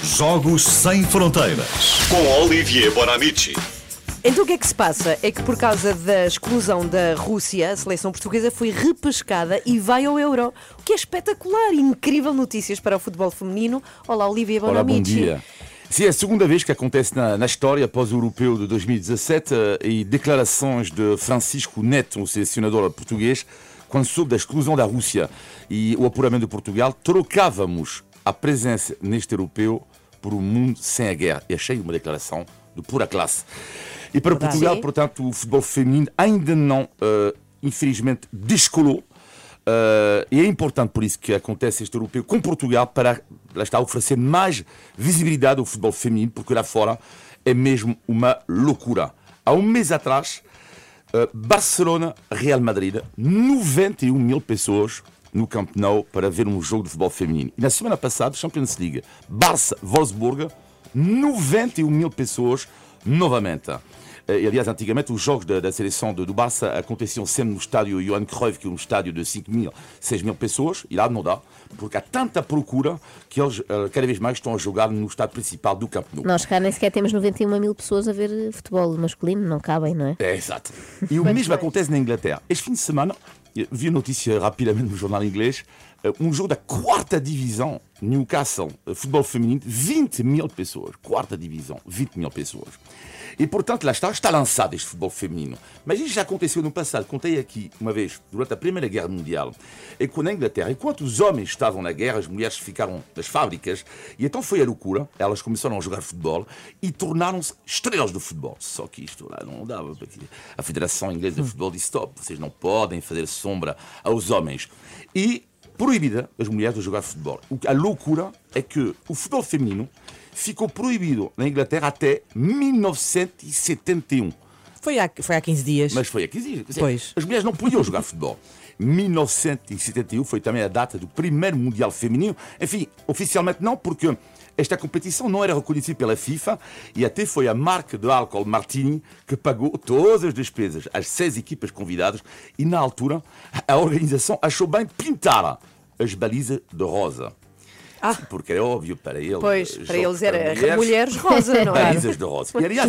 Jogos Sem Fronteiras, com Olivier Bonamici. Então o que é que se passa? É que por causa da exclusão da Rússia, a seleção portuguesa foi repescada e vai ao Euro. O que é espetacular, incrível notícias para o futebol feminino. Olá, Olivier Bonamici. Olá, bom dia. Sim, é a segunda vez que acontece na história pós-europeu de 2017 e declarações de Francisco Neto, o selecionador português, quando soube da exclusão da Rússia e o apuramento de Portugal, trocávamos a presença neste europeu por um mundo sem a guerra. E achei uma declaração de pura classe. E para Portugal, portanto, o futebol feminino ainda não, infelizmente, descolou. E é importante por isso que acontece este europeu com Portugal para lá está, oferecer mais visibilidade ao futebol feminino, porque lá fora é mesmo uma loucura. Há um mês atrás, Barcelona, Real Madrid, 91 mil pessoas no Camp Nou para ver um jogo de futebol feminino. E na semana passada, Champions League, Barça-Wolfsburg, 91 mil pessoas novamente. E, aliás, antigamente, os jogos da seleção do Barça aconteciam sempre no estádio Johan Cruyff, que é um estádio de 5 mil, 6 mil pessoas, e lá não dá, porque há tanta procura que eles cada vez mais estão a jogar no estádio principal do Camp Nou. Nós cá nem sequer temos 91 mil pessoas a ver futebol masculino, não cabem, não é? É, exato. E o mesmo acontece na Inglaterra. Este fim de semana, vi a notícia rapidamente no jornal inglês, um jogo da quarta divisão, Newcastle, futebol feminino, 20 mil pessoas. Quarta divisão, 20 mil pessoas. E, portanto, lá está lançado este futebol feminino. Mas isso já aconteceu no passado. Contei aqui, uma vez, durante a Primeira Guerra Mundial, e quando na Inglaterra, enquanto os homens estavam na guerra, as mulheres ficaram nas fábricas, e então foi a loucura, elas começaram a jogar futebol e tornaram-se estrelas do futebol. Só que isto lá não dava, porque a Federação Inglesa de Futebol disse, stop, vocês não podem fazer sombra aos homens. E proibida as mulheres de jogar futebol. A loucura é que o futebol feminino ficou proibido na Inglaterra até 1971. Foi há 15 dias. Mas foi há 15 dias. Pois. As mulheres não podiam jogar futebol. 1971 foi também a data do primeiro Mundial Feminino. Enfim, oficialmente não, porque esta competição não era reconhecida pela FIFA e até foi a marca de álcool Martini que pagou todas as despesas às 6 equipas convidadas e, na altura, a organização achou bem pintar as balizas de rosa. Porque é óbvio para eles. Pois, para eles era mulheres rosa, não é? Balizas de rosa. E, aliás,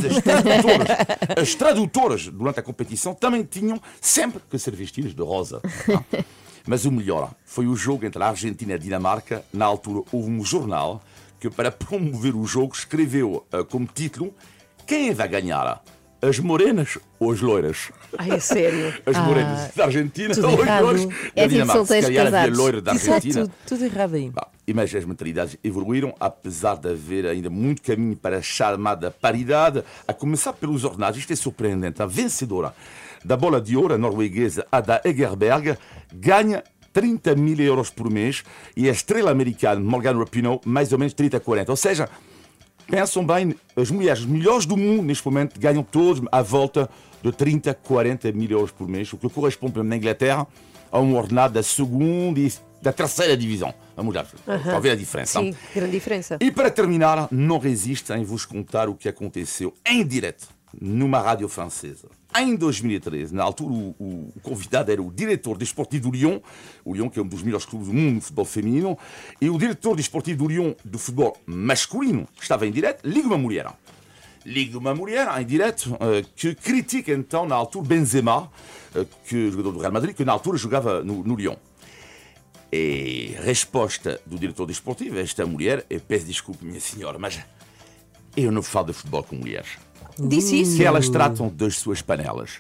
as tradutoras durante a competição também tinham sempre que ser vestidas de rosa. Mas o melhor foi o jogo entre a Argentina e a Dinamarca. Na altura, houve um jornal que, para promover o jogo, escreveu como título: quem vai ganhar? As morenas ou as loiras? Ai, é sério? As morenas da Argentina ou as loiras É da Dinamarca? tipo solteiros Se calhar havia casados. loira da Argentina. Tudo errado aí. Mas as mentalidades evoluíram, apesar de haver ainda muito caminho para a chamada paridade, a começar pelos ordenados. Isto é surpreendente. A vencedora da bola de ouro, a norueguesa Ada Egerberg, ganha 30 mil euros por mês e a estrela americana Morgan Rapinoe mais ou menos 30 a 40. Ou seja, pensam bem, as mulheres melhores do mundo neste momento ganham todos à volta de 30 a 40 mil euros por mês, o que corresponde, por exemplo, na Inglaterra, a um ordenado da segunda e da terceira divisão. Vamos lá, para ver a diferença. Sim, grande diferença. E para terminar, não resisto em vos contar o que aconteceu em direto numa rádio francesa. Em 2013, na altura, o convidado era o diretor desportivo do Lyon, o Lyon que é um dos melhores clubes do mundo no futebol feminino, e o diretor desportivo do Lyon do futebol masculino estava em direto, liga uma mulher em direto que critica então na altura Benzema, que jogador do Real Madrid, que na altura jogava no Lyon. E resposta do diretor desportivo a esta mulher: eu peço desculpa, minha senhora, mas eu não falo de futebol com mulheres. Disse isso? Que elas tratam das suas panelas.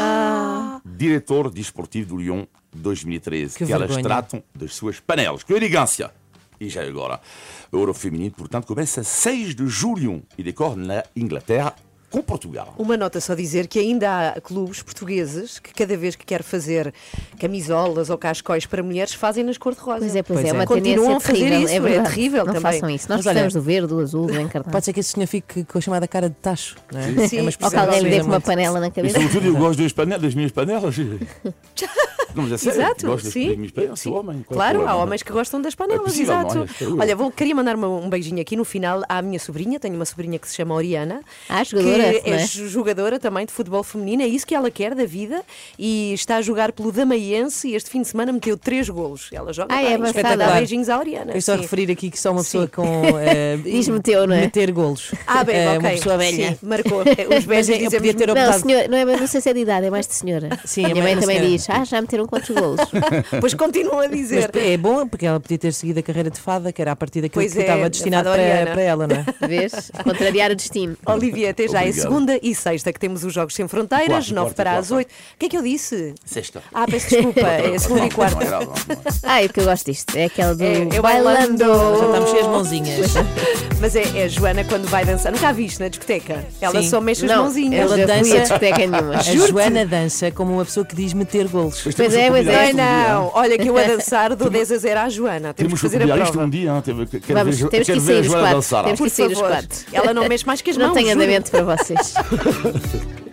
Diretor desportivo do Lyon 2013. Que elas tratam das suas panelas. Que elegância! E já agora, o Euro Feminino, portanto, começa 6 de julho e decorre na Inglaterra com Portugal. Uma nota só dizer que ainda há clubes portugueses que cada vez que quer fazer camisolas ou cascóis para mulheres fazem nas cor-de-rosa. Pois é uma continuam tendência a fazer terrível. isso, É verdade. terrível não também. façam isso. Nós Mas olha, precisamos do verde, do azul, do encarnado. Pode ser que esse senhor fique com a chamada cara de tacho, não é? Sim. É uma Ou que expressão alguém lhe dê com uma muito- panela na E cabeça. sobretudo eu gosto das minhas panelas. Não, mas é sério, Exato, gosto das sim. minhas panelas, sou homem. qual é o Claro, há problema? homens que gostam das panelas, possível, exato. não é? Olha, queria mandar um beijinho aqui no final à minha sobrinha. Tenho uma sobrinha que se chama Oriana, jogadora, que não é é? jogadora também de futebol feminino. É isso que ela quer da vida e está a jogar pelo Damaiense e este fim de semana meteu 3 golos. Ela joga É bem. avançada. Espetacular. Beijinhos à Oriana. Eu estou a sim. referir aqui que sou uma pessoa Sim. com. Diz meteu, não é? Meter golos. Bem, Uma ok. pessoa velha. Sim, marcou. Os Mas beijos eu dizemos podia ter Não, optado. senhor, não sei se é de idade, é mais de senhora. Sim, a é minha mãe mais de também senhora. diz: já meteram quantos golos? Pois continuam a dizer. Mas é bom porque ela podia ter seguido a carreira de fada, que era a partir daquilo Pois que é, estava da destinado fada Oriana. para ela, não é? Vês? Contrariar o destino. Olivia, até já é Obrigado. segunda e sexta que temos os Jogos Sem Fronteiras, Quarta, 9 para quarta, as quarta. 8. O que é que eu disse? Sexta. Peço desculpa, é segunda e Não é quarta. grave, não é? O que eu gosto disto é aquela do É bailando. bailando. Já estamos cheias mãozinhas. Mas é a Joana quando vai dançar. Nunca a viste na discoteca? Ela Sim. só mexe as Não, mãozinhas. ela eu fui dança- a discoteca nenhuma. A Juro-te. Joana dança como uma pessoa que diz meter golos. Mas Pois temos é, que pois combinar é. isto um dia, Não, olha que eu a dançar dou 10 a 0 à Joana. Temos que Temos que fazer a combinar isto prova. um dia. Quero Vamos, ver- temos que quero ver sair a os Joana quatro. dançar. Temos Por que sair os favor. quatro. Ela não mexe mais que as Não mãos. tenho juro. andamento para vocês.